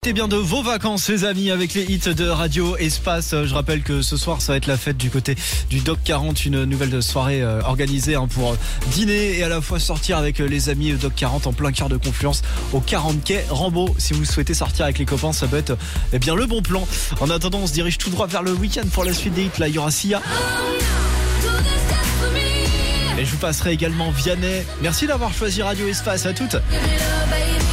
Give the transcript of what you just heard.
C'est bien de vos vacances les amis avec les hits de Radio Espace. Je rappelle que ce soir ça va être la fête du côté du Doc 40, une nouvelle soirée organisée pour dîner et à la fois sortir avec les amis Doc 40 en plein cœur de Confluence au 40 quai Rambaud. Si vous souhaitez sortir avec les copains, ça peut être bien le bon plan. En attendant, on se dirige tout droit vers le week-end pour la suite des hits. Là, il y aura Sia. Et je vous passerai également Vianney. Merci d'avoir choisi Radio Espace, à toutes.